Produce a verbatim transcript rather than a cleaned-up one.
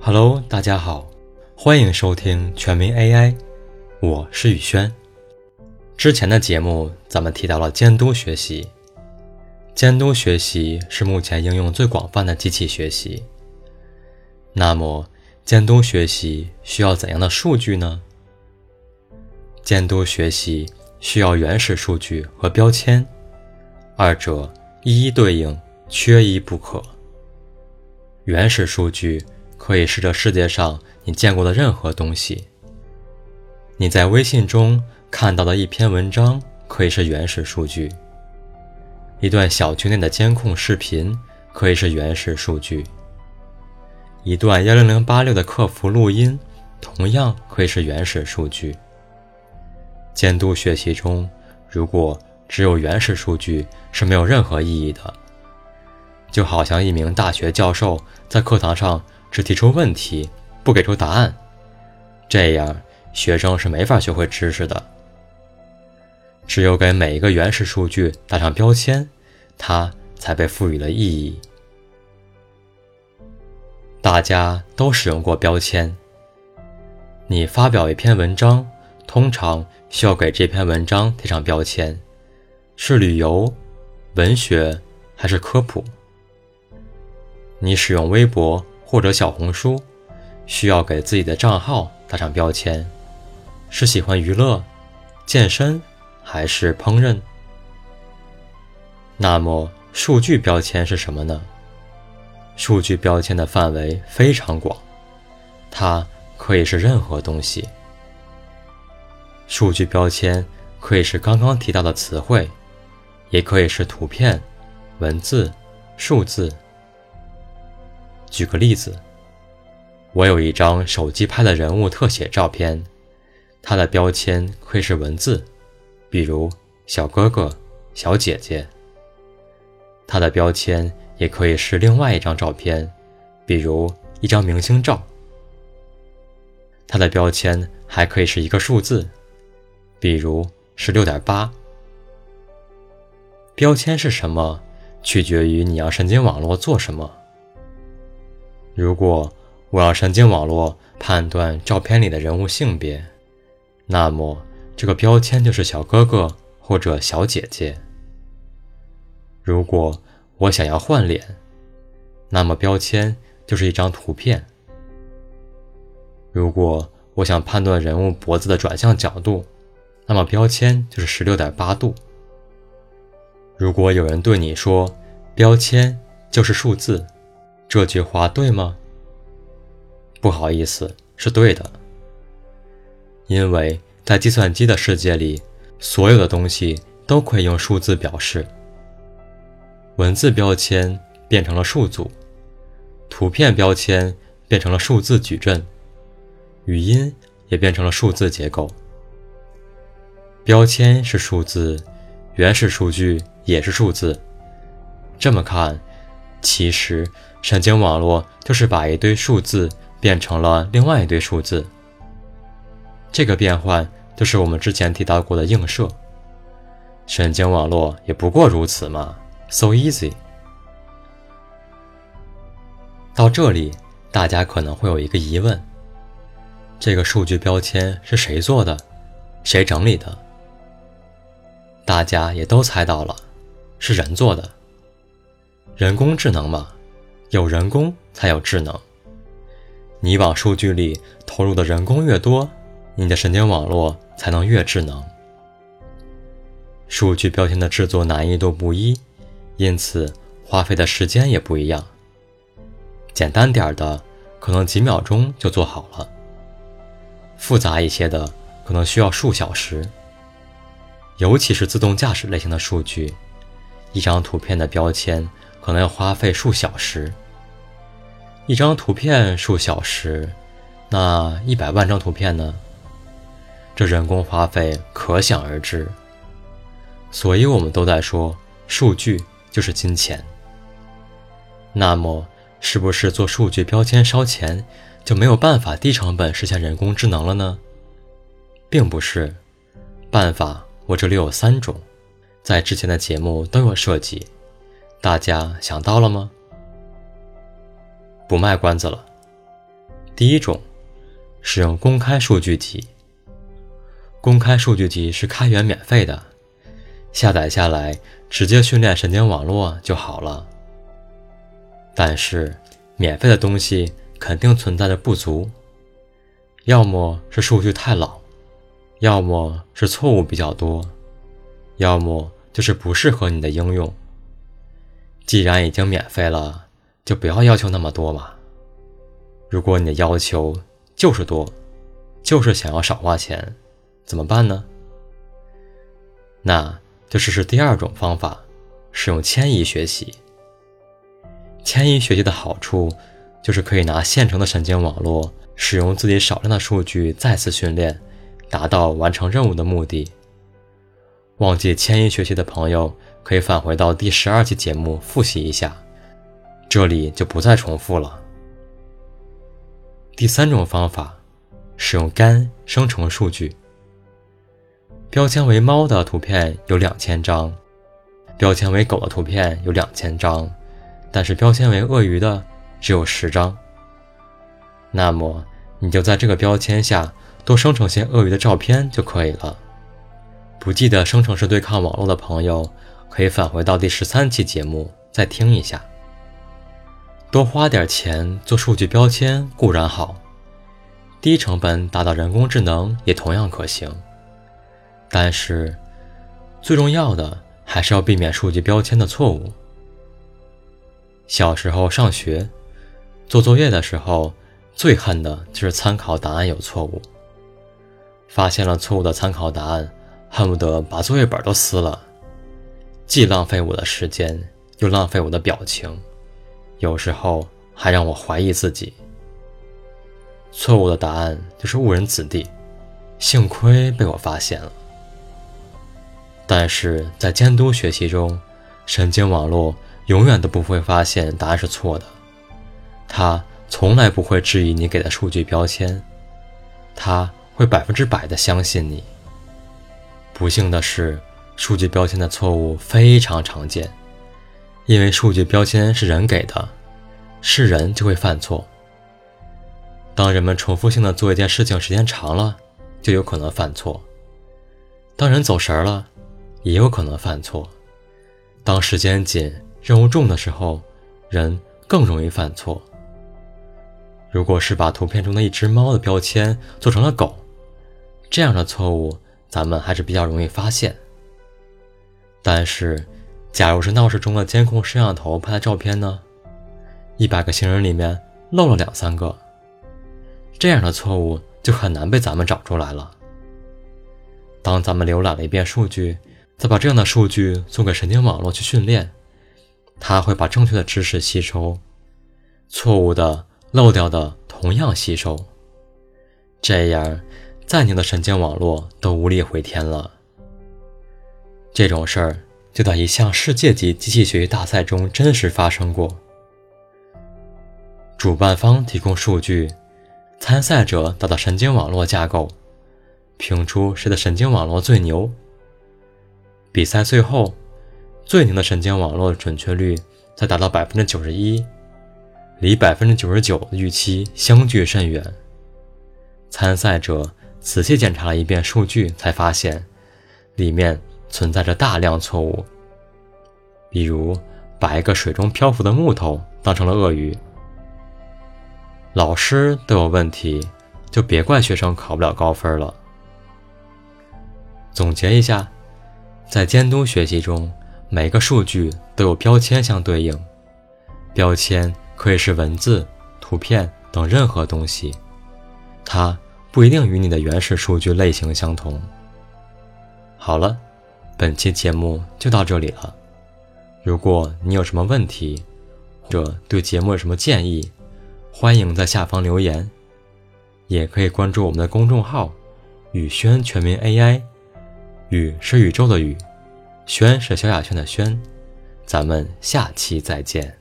Hello， 大家好，欢迎收听全民 A I， 我是宇轩。之前的节目咱们提到了监督学习，监督学习是目前应用最广泛的机器学习。那么，监督学习需要怎样的数据呢？监督学习需要原始数据和标签，二者一一对应，缺一不可。原始数据可以是这世界上你见过的任何东西。你在微信中看到的一篇文章可以是原始数据，一段小区内的监控视频可以是原始数据，一段一零零八六的客服录音同样可以是原始数据。监督学习中，如果只有原始数据是没有任何意义的，就好像一名大学教授在课堂上只提出问题，不给出答案，这样学生是没法学会知识的。只有给每一个原始数据打上标签，它才被赋予了意义。大家都使用过标签。你发表一篇文章，通常需要给这篇文章贴上标签，是旅游、文学还是科普？你使用微博或者小红书，需要给自己的账号打上标签，是喜欢娱乐、健身还是烹饪？那么数据标签是什么呢？数据标签的范围非常广，它可以是任何东西。数据标签可以是刚刚提到的词汇，也可以是图片、文字、数字。举个例子，我有一张手机拍的人物特写照片，它的标签可以是文字，比如小哥哥、小姐姐。它的标签也可以是另外一张照片，比如一张明星照。它的标签还可以是一个数字，比如是 六点八。 标签是什么，取决于你让神经网络做什么。如果我让神经网络判断照片里的人物性别，那么这个标签就是小哥哥或者小姐姐。如果我想要换脸，那么标签就是一张图片。如果我想判断人物脖子的转向角度，那么标签就是 十六点八度。如果有人对你说标签就是数字，这句话对吗？不好意思，是对的。因为在计算机的世界里，所有的东西都可以用数字表示。文字标签变成了数组，图片标签变成了数字矩阵，语音也变成了数字结构。标签是数字，原始数据也是数字。这么看，其实神经网络就是把一堆数字变成了另外一堆数字。这个变换就是我们之前提到过的映射。神经网络也不过如此嘛， so easy。 到这里，大家可能会有一个疑问，这个数据标签是谁做的？谁整理的？大家也都猜到了，是人做的。人工智能嘛，有人工才有智能。你往数据里投入的人工越多，你的神经网络才能越智能。数据标签的制作难易度不一，因此花费的时间也不一样。简单点的可能几秒钟就做好了，复杂一些的可能需要数小时。尤其是自动驾驶类型的数据，一张图片的标签可能要花费数小时。一张图片数小时，那一百万张图片呢？这人工花费可想而知。所以我们都在说，数据就是金钱。那么，是不是做数据标签烧钱，就没有办法低成本实现人工智能了呢？并不是，办法我这里有三种，在之前的节目都有涉及，大家想到了吗？不卖关子了。 第一种，使用公开数据集。公开数据集是开源免费的，下载下来直接训练神经网络就好了。但是免费的东西肯定存在着不足，要么是数据太老，要么是错误比较多，要么就是不适合你的应用。既然已经免费了，就不要要求那么多嘛。如果你的要求就是多，就是想要少花钱，怎么办呢？那就试试第二种方法，使用迁移学习。迁移学习的好处就是可以拿现成的神经网络，使用自己少量的数据再次训练，达到完成任务的目的。忘记迁移学习的朋友可以返回到第十二期节目复习一下，这里就不再重复了。第三种方法，使用 G A N 生成数据。标签为猫的图片有两千张，标签为狗的图片有两千张，但是标签为鳄鱼的只有十张。那么你就在这个标签下多生成些鳄鱼的照片就可以了。不记得生成式对抗网络的朋友可以返回到第十三期节目再听一下。多花点钱做数据标签固然好，低成本达到人工智能也同样可行，但是最重要的还是要避免数据标签的错误。小时候上学做作业的时候，最恨的就是参考答案有错误，发现了错误的参考答案，恨不得把作业本都撕了，既浪费我的时间，又浪费我的表情，有时候还让我怀疑自己。错误的答案就是误人子弟，幸亏被我发现了。但是在监督学习中，神经网络永远都不会发现答案是错的，它从来不会质疑你给的数据标签，它会百分之百的相信你。不幸的是，数据标签的错误非常常见，因为数据标签是人给的，是人就会犯错。当人们重复性的做一件事情时间长了，就有可能犯错。当人走神了，也有可能犯错。当时间紧、任务重的时候，人更容易犯错。如果是把图片中的一只猫的标签做成了狗，这样的错误咱们还是比较容易发现。但是假如是闹市中的监控摄像头拍的照片呢？一百个行人里面漏了两三个，这样的错误就很难被咱们找出来了。当咱们浏览了一遍数据，再把这样的数据送给神经网络去训练，它会把正确的知识吸收，错误的、漏掉的同样吸收，这样再牛的神经网络都无力回天了。这种事儿就在一项世界级机器学习大赛中真实发生过。主办方提供数据，参赛者打造神经网络架构，评出谁的神经网络最牛。比赛最后，最牛的神经网络准确率才达到 百分之九十一， 离 百分之九十九 的预期相距甚远。参赛者仔细检查了一遍数据，才发现里面存在着大量错误，比如把一个水中漂浮的木头当成了鳄鱼。老师都有问题，就别怪学生考不了高分了。总结一下，在监督学习中，每个数据都有标签相对应，标签可以是文字、图片等任何东西，它不一定与你的原始数据类型相同。好了，本期节目就到这里了。如果你有什么问题，或者对节目有什么建议，欢迎在下方留言，也可以关注我们的公众号宇轩全民 A I， 宇是宇宙的宇，轩是萧亚轩的轩，咱们下期再见。